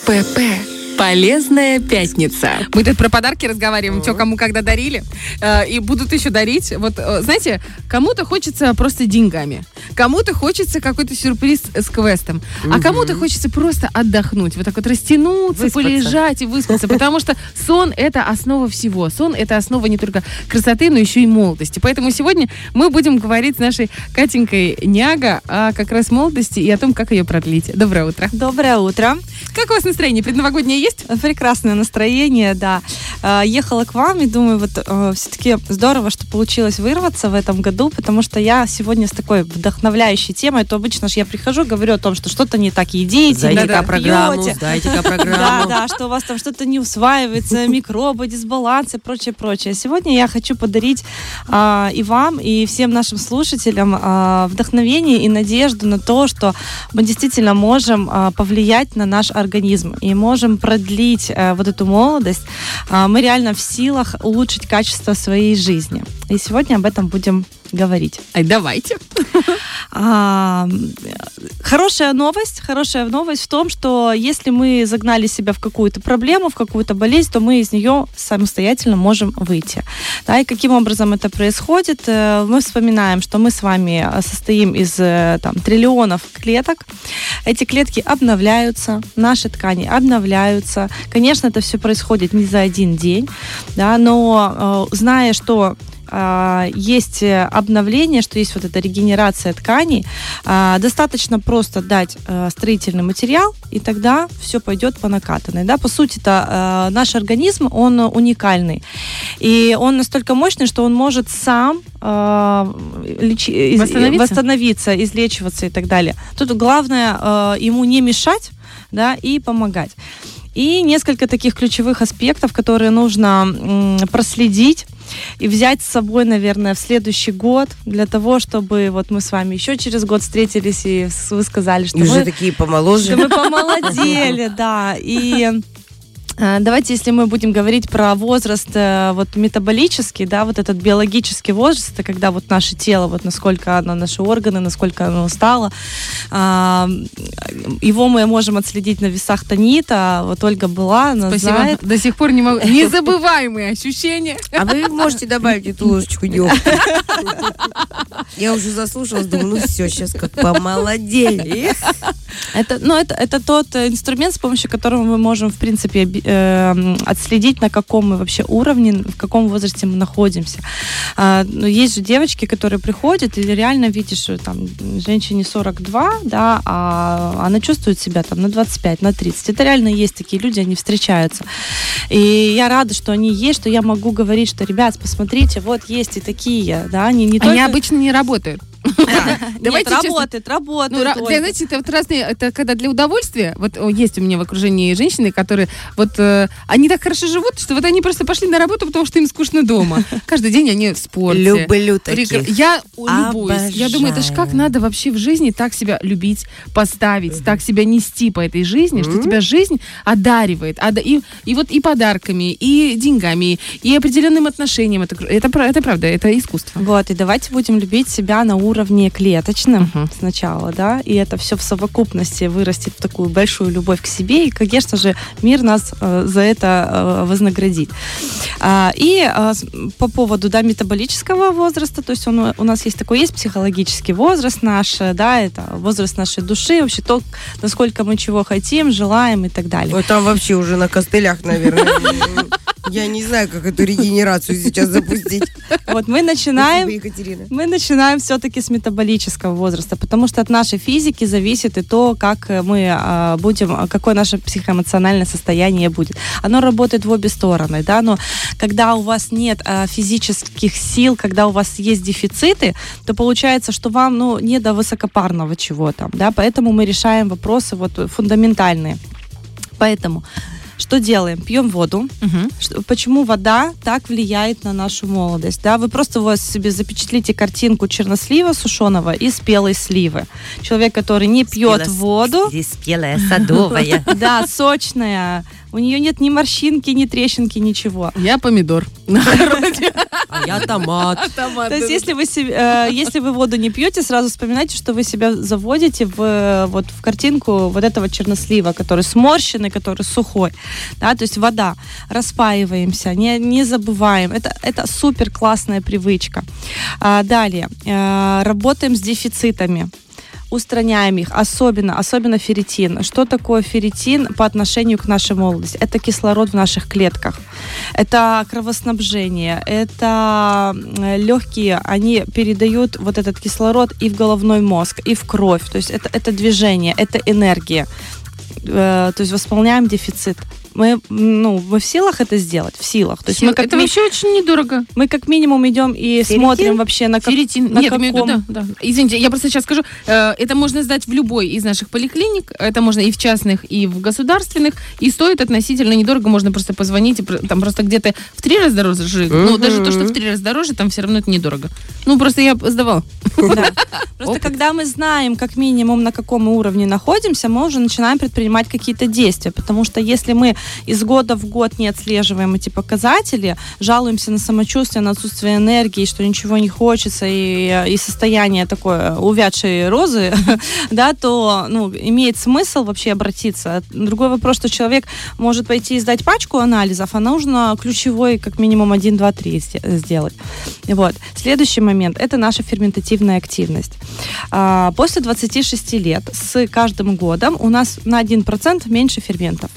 ПП. Полезная пятница. Мы тут про подарки разговариваем, что кому когда дарили. И будут еще дарить. Вот, знаете, кому-то хочется просто деньгами. Кому-то хочется какой-то сюрприз с квестом. А кому-то хочется просто отдохнуть. Вот так вот растянуться, полежать и выспаться. Потому что сон — это основа всего. Сон — это основа не только красоты, но еще и молодости. Поэтому сегодня мы будем говорить с нашей Катенькой Няга о как раз молодости и о том, как ее продлить. Доброе утро. Доброе утро. Как у вас настроение? Предновогоднее есть? Прекрасное настроение, да. Ехала к вам и думаю, вот все-таки здорово, что получилось вырваться в этом году, потому что я сегодня с такой вдохновляющей темой, то обычно же я прихожу, говорю о том, что что-то не так едите, сдайте-ка программу. Да, что у вас там что-то не усваивается, микробы, дисбалансы, прочее. Сегодня я хочу подарить и вам, и всем нашим слушателям вдохновение и надежду на то, что мы действительно можем повлиять на наш организм и можем продлить вот эту молодость. Мы реально в силах улучшить качество своей жизни. И сегодня об этом будем говорить. Ай, давайте. Хорошая новость в том, что если мы загнали себя в какую-то проблему, в какую-то болезнь, то мы из нее самостоятельно можем выйти. Да, и каким образом это происходит? Мы вспоминаем, что мы с вами состоим из триллионов клеток. Эти клетки обновляются, наши ткани обновляются. Конечно, это все происходит не за один день, да, но зная, что есть обновление, что есть вот эта регенерация тканей, достаточно просто дать строительный материал, и тогда все пойдет по накатанной. Да? По сути-то наш организм, он уникальный. И он настолько мощный, что он может сам восстановиться, излечиваться и так далее. Тут главное ему не мешать, да, и помогать. И несколько таких ключевых аспектов, которые нужно проследить и взять с собой, наверное, в следующий год для того, чтобы вот мы с вами еще через год встретились, и вы сказали, что уже такие помоложе. Что мы помолодели, да. И давайте, если мы будем говорить про возраст вот метаболический, да, вот этот биологический возраст, это когда вот наше тело, вот насколько оно, наши органы, насколько оно устало, его мы можем отследить на весах Танита. Вот Ольга была, она знает. До сих пор не могу. Незабываемые ощущения. А вы можете добавить эту ложечку дегтя. Я уже заслушалась, думаю, все, сейчас как помолодели. Это тот инструмент, с помощью которого мы можем, в принципе, отследить, на каком мы вообще уровне, в каком возрасте мы находимся. Но есть же девочки, которые приходят, и реально видишь, что там женщине 42, да, а она чувствует себя там на 25, на 30. Это реально есть такие люди, они встречаются. И я рада, что они есть, что я могу говорить, что, ребят, посмотрите, вот есть и такие, да, они только... обычно не работают. Давайте работает. Знаете, это вот разные, это когда для удовольствия, вот есть у меня в окружении женщины, которые вот, они так хорошо живут, что вот они просто пошли на работу, потому что им скучно дома. Каждый день они в спорте. Люблю таких. Я любуюсь. Я думаю, это ж как надо вообще в жизни так себя любить, поставить, так себя нести по этой жизни, что тебя жизнь одаривает. И вот и подарками, и деньгами, и определенным отношением. Это правда, это искусство. Вот, и давайте будем любить себя на уровне клеточном сначала, да, и это все в совокупности вырастет в такую большую любовь к себе, и, конечно же, мир нас за это вознаградит. И по поводу, да, метаболического возраста, то есть у нас есть такой, есть психологический возраст наш, да, это возраст нашей души, вообще то, насколько мы чего хотим, желаем и так далее. Ой, там вообще уже на костылях, наверное. Я не знаю, как эту регенерацию сейчас запустить. Вот мы начинаем все-таки с метаболического возраста, потому что от нашей физики зависит и то, как мы будем, какое наше психоэмоциональное состояние будет. Оно работает в обе стороны, да, но когда у вас нет физических сил, когда у вас есть дефициты, то получается, что вам, не до высокопарного чего-то, да, поэтому мы решаем вопросы вот фундаментальные. Поэтому что делаем? Пьем воду. Почему вода так влияет на нашу молодость? Да? Вы просто себе запечатлите картинку чернослива сушеного и спелой сливы. Человек, который не пьет воду. Спелая, садовая. Да, сочная У нее нет ни морщинки, ни трещинки, ничего. Я помидор. А я томат. То есть, если вы воду не пьете, сразу вспоминайте, что вы себя заводите в картинку вот этого чернослива, который сморщенный, который сухой. Да, то есть вода. Распаиваемся, не забываем. Это супер классная привычка. Далее. Работаем с дефицитами. Устраняем их, особенно ферритин. Что такое ферритин по отношению к нашей молодости? Это кислород в наших клетках, это кровоснабжение, это легкие, они передают вот этот кислород и в головной мозг, и в кровь. То есть это движение, это энергия. То есть восполняем дефицит. Мы в силах это сделать? В силах. То есть это вообще очень недорого. Мы как минимум идем и смотрим вообще на ферритин. Нет, имею в виду, да. Извините, я просто сейчас скажу. Это можно сдать в любой из наших поликлиник. Это можно и в частных, и в государственных. И стоит относительно недорого. Можно просто позвонить. Там просто где-то в 3 раза дороже. Но даже то, что в 3 раза дороже, там все равно это недорого. Просто я сдавала. Да. Просто когда мы знаем как минимум, на каком мы уровне находимся, мы уже начинаем предпринимать какие-то действия. Потому что если мы из года в год не отслеживаем эти показатели, жалуемся на самочувствие, на отсутствие энергии, что ничего не хочется, и состояние такое увядшей розы, да, то имеет смысл вообще обратиться. Другой вопрос, что человек может пойти и сдать пачку анализов, а нужно ключевой как минимум 1, 2, 3 сделать. Вот. Следующий момент – это наша ферментативная активность. После 26 лет с каждым годом у нас на 1% меньше ферментов.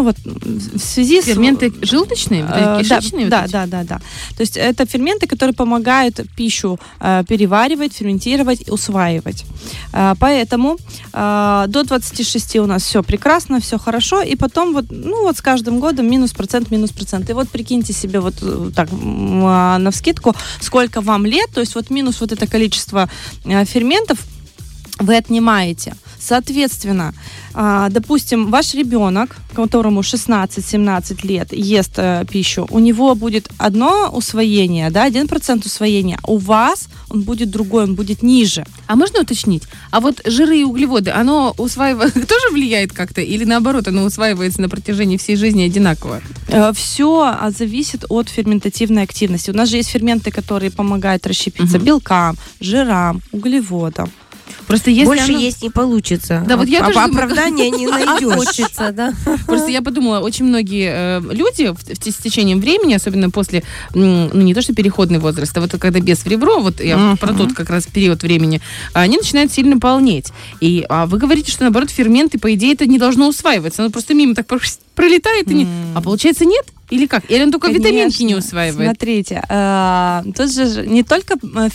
В связи ферменты желудочные, кишечные? Да. То есть это ферменты, которые помогают пищу переваривать, ферментировать и усваивать. Поэтому до 26 у нас все прекрасно, все хорошо, и потом с каждым годом минус процент. И вот прикиньте себе так навскидку, сколько вам лет, то есть минус это количество ферментов вы отнимаете. Соответственно, допустим, ваш ребенок, которому 16-17 лет, ест пищу, у него будет одно усвоение, 1% усвоения, у вас он будет другой, он будет ниже. А можно уточнить? А вот жиры и углеводы, оно тоже влияет как-то? Или наоборот, оно усваивается на протяжении всей жизни одинаково? Все зависит от ферментативной активности. У нас же есть ферменты, которые помогают расщепиться белкам, жирам, углеводам. Просто если больше есть не получится. Да, вот я тоже оправдания не найдешь. Хочется, да. Просто я подумала, очень многие люди с течением времени, особенно после, не то что переходный возраст, а когда без в ребро, я про тот как раз период времени, они начинают сильно полнеть. И вы говорите, что наоборот ферменты, по идее, это не должно усваиваться. Оно просто мимо так пролетает, а получается нет? Или как? Или он только витаминки не усваивает? Смотрите, тут же не только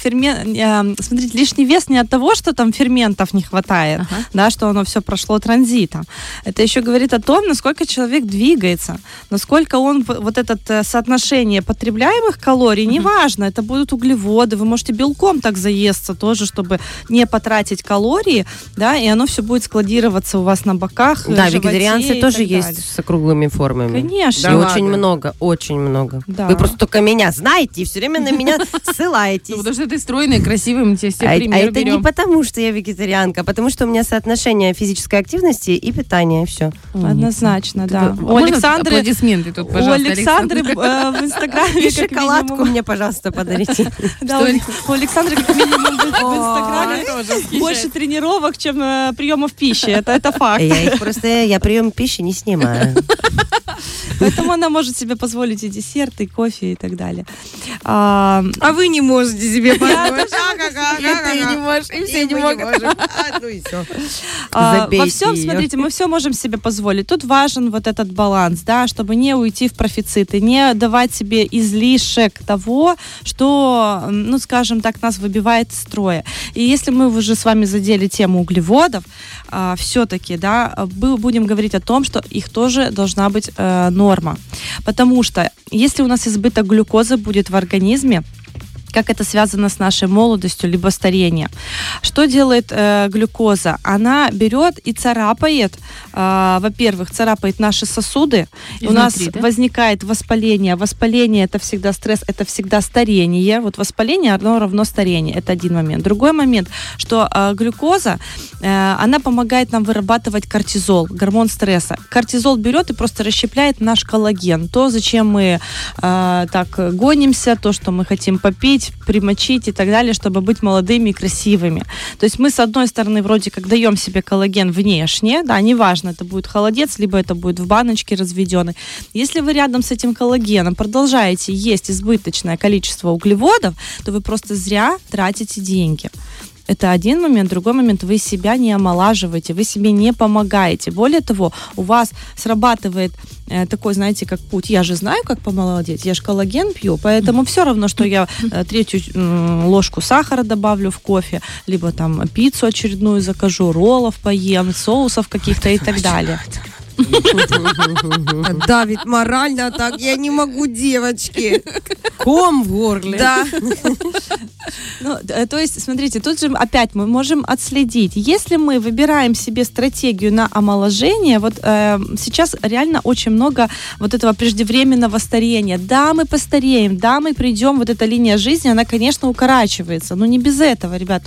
смотрите, лишний вес не от того, что там ферментов не хватает, что оно все прошло транзитом. Это еще говорит о том, насколько человек двигается, насколько он, это соотношение потребляемых калорий, неважно, это будут углеводы, вы можете белком так заесться тоже, чтобы не потратить калории, и оно все будет складироваться у вас на боках, да, вегетарианцы тоже есть с округлыми формами. Конечно. И очень много. Да. Вы просто только меня знаете и все время на меня ссылаетесь. Потому что ты стройная, красивая, мы тебе все примеры это берем. Не потому, что я вегетарианка, а потому что у меня соотношение физической активности и питания, все. Однозначно, да. У Александры аплодисменты тут, пожалуйста. У Александры в Инстаграме шоколадку мне, пожалуйста, подарите. У Александры как минимум в Инстаграме больше тренировок, чем приемов пищи. Это факт. Я прием пищи не снимаю. Поэтому она может себе позволить и десерт, и кофе, и так далее. А вы не можете себе позволить. И ты не можешь, и все не могут. Ну и все. Во всем, смотрите, мы все можем себе позволить. Тут важен этот баланс, чтобы не уйти в профициты, не давать себе излишек того, что, скажем так, нас выбивает из строя. И если мы уже с вами задели тему углеводов, все-таки, мы будем говорить о том, что их тоже должна быть норма. Потому что если у нас избыток глюкозы будет в организме, как это связано с нашей молодостью, либо старением. Что делает глюкоза? Она берет и царапает, во-первых, царапает наши сосуды. Изнутри, у нас возникает воспаление. Воспаление – это всегда стресс, это всегда старение. Вот воспаление, оно равно старение. Это один момент. Другой момент, что глюкоза, она помогает нам вырабатывать кортизол, гормон стресса. Кортизол берет и просто расщепляет наш коллаген. То, зачем мы так гонимся, то, что мы хотим попить, примочить и так далее, чтобы быть молодыми и красивыми. То есть мы, с одной стороны, вроде как даем себе коллаген внешне, да, неважно, это будет холодец, либо это будет в баночке разведенный. Если вы рядом с этим коллагеном продолжаете есть избыточное количество углеводов, то вы просто зря тратите деньги. Это один момент. Другой момент, вы себя не омолаживаете, вы себе не помогаете. Более того, у вас срабатывает такой, знаете, как путь. Я же знаю, как помолодеть, я же коллаген пью, поэтому все равно, что я 3 ложку сахара добавлю в кофе, либо там пиццу очередную закажу, роллов поем, соусов каких-то и так далее. Давит морально так, я не могу, девочки. Ком в горле. Да. Ну, то есть, смотрите, тут же опять мы можем отследить. Если мы выбираем себе стратегию на омоложение, вот сейчас реально очень много вот этого преждевременного старения. Да, мы постареем, да, мы придем, вот эта линия жизни, она, конечно, укорачивается. Но не без этого, ребят.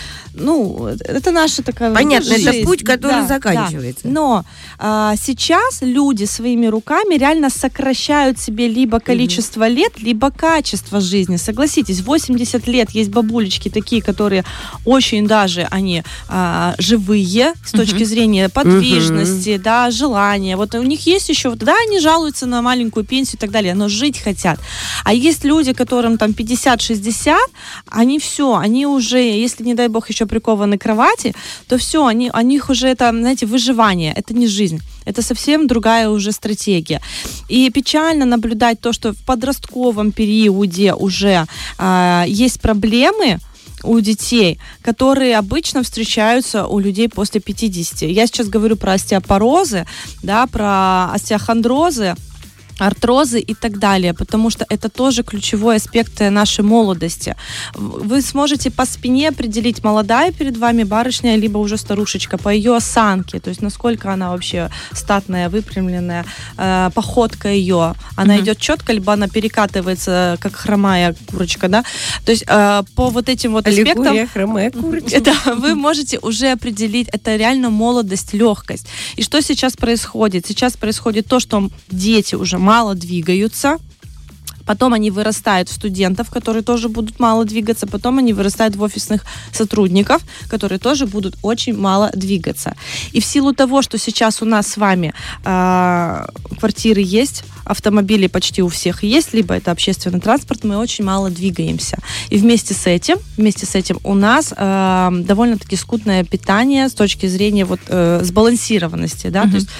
Это наша такая понятно, жизнь. это путь, который заканчивается. Да. Но сейчас люди своими руками реально сокращают себе либо количество лет, либо качество жизни. Согласитесь, 80 лет есть бабулечки такие, которые очень даже они живые с точки зрения подвижности, да, желания. Вот у них есть еще, да, они жалуются на маленькую пенсию и так далее, но жить хотят. А есть люди, которым там 50-60, они уже, если, не дай бог, еще прикованы к кровати, то все, у них уже это, знаете, выживание, это не жизнь. Это совсем другая уже стратегия. И печально наблюдать то, что в подростковом периоде уже есть проблемы у детей, которые обычно встречаются у людей после 50. Я сейчас говорю про остеопорозы, да, про остеохондрозы, артрозы и так далее, потому что это тоже ключевой аспект нашей молодости. Вы сможете по спине определить, молодая перед вами барышня, либо уже старушечка, по ее осанке, то есть насколько она вообще статная, выпрямленная, походка ее, она идет четко, либо она перекатывается, как хромая курочка, да, то есть по вот этим вот аспектам хромая курочка. Да, вы можете уже определить, это реально молодость, легкость. И что сейчас происходит? Сейчас происходит то, что дети уже мало двигаются, потом они вырастают в студентов, которые тоже будут мало двигаться, потом они вырастают в офисных сотрудников, которые тоже будут очень мало двигаться. И в силу того, что сейчас у нас с вами квартиры есть, автомобили почти у всех есть, либо это общественный транспорт, мы очень мало двигаемся. И вместе с этим у нас довольно-таки скудное питание с точки зрения сбалансированности, да, то есть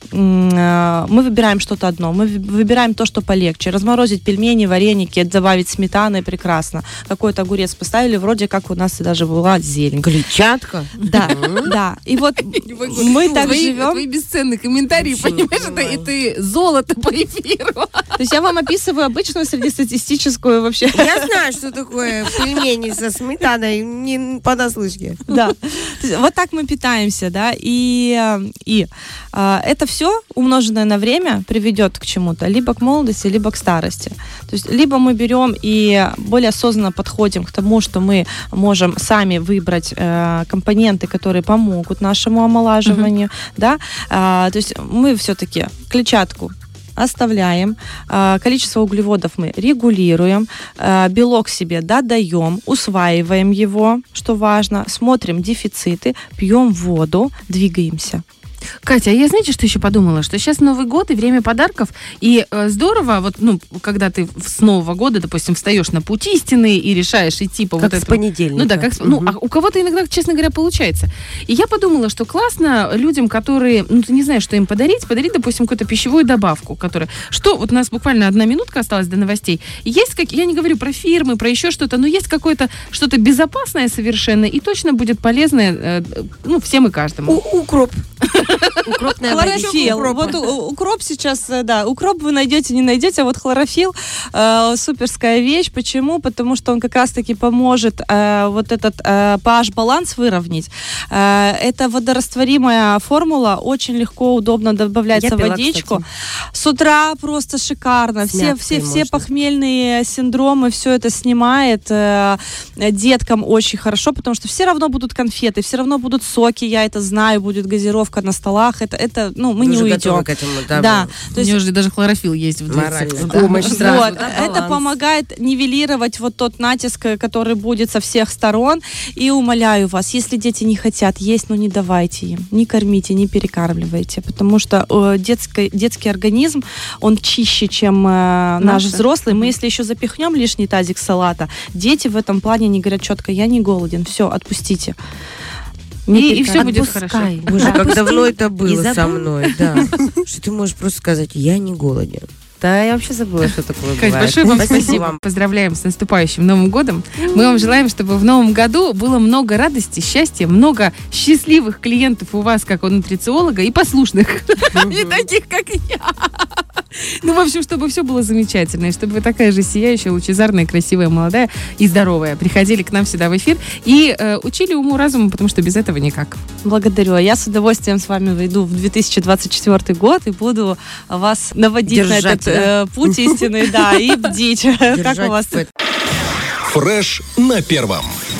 мы выбираем что-то одно, мы выбираем то, что полегче. Разморозить пельмени, вареники, добавить сметаны, прекрасно. Какой-то огурец поставили, вроде как у нас даже была зелень. Клетчатка? Да, да. И вот мы так живем. Твои бесценные комментарии, понимаешь, это золото по эфиру. То есть я вам описываю обычную среднестатистическую вообще. Я знаю, что такое пельмени со сметаной, не понаслышке. Да. Вот так мы питаемся, да, и это все, умноженное на время, приведет к чему-то, либо к молодости, либо к старости. То есть либо мы берем и более осознанно подходим к тому, что мы можем сами выбрать компоненты, которые помогут нашему омолаживанию, да, то есть мы все-таки клетчатку оставляем, количество углеводов мы регулируем, белок себе додаем, усваиваем его, что важно, смотрим дефициты, пьем воду, двигаемся. Катя, а я, знаете, что еще подумала? Что сейчас Новый год и время подарков, и здорово, когда ты с Нового года, допустим, встаешь на путь истины и решаешь идти по как с понедельника. А у кого-то иногда, честно говоря, получается. И я подумала, что классно людям, которые, ты не знаешь, что им подарить, допустим, какую-то пищевую добавку, которая... у нас буквально 1 минутка осталась до новостей. Есть, я не говорю про фирмы, про еще что-то, но есть какое-то что-то безопасное совершенно и точно будет полезное, всем и каждому. Укроп. Укропная Хлорофилл. водичка. Вот укроп сейчас, да, укроп вы найдете, не найдете, а вот хлорофилл суперская вещь. Почему? Потому что он как раз-таки поможет вот этот pH-баланс выровнять. Это водорастворимая формула, очень легко, удобно добавляется в водичку. Кстати. С утра просто шикарно. Все можно. похмельные синдромы, все это снимает. Деткам очень хорошо, потому что все равно будут конфеты, все равно будут соки, я это знаю, будет газировка на столах. Это мы Вы не уже уйдем. готовы к этому, Да. У То есть нее же даже хлорофилл есть в Моральная двигателе. помощь сразу. вот, да, это баланс. помогает нивелировать вот тот натиск, который будет со всех сторон. И умоляю вас, если дети не хотят есть, не давайте им, не кормите, не перекармливайте, потому что детский организм, он чище, чем наш взрослый. Мы, если еще запихнем лишний тазик салата, дети в этом плане не говорят четко: я не голоден, все, отпустите. И все будет хорошо. Боже, как Отпусти давно это и было со забудь. мной, да. Что ты можешь просто сказать: я не голоден. Да, я вообще забыла, что такое Кать, бывает. большое вам Спасибо спасибо. вам. Поздравляем с наступающим Новым годом. Мы вам желаем, чтобы в Новом году было много радости, счастья, много счастливых клиентов у вас, как у нутрициолога, и послушных. Не таких, как я. В общем, чтобы все было замечательно, и чтобы вы такая же сияющая, лучезарная, красивая, молодая и здоровая приходили к нам сюда в эфир и учили уму-разуму, потому что без этого никак. Благодарю. Я с удовольствием с вами войду в 2024 год и буду вас наводить на Держать, этот путь истинный, да, и бдить. Как у вас? Держать Фреш на первом.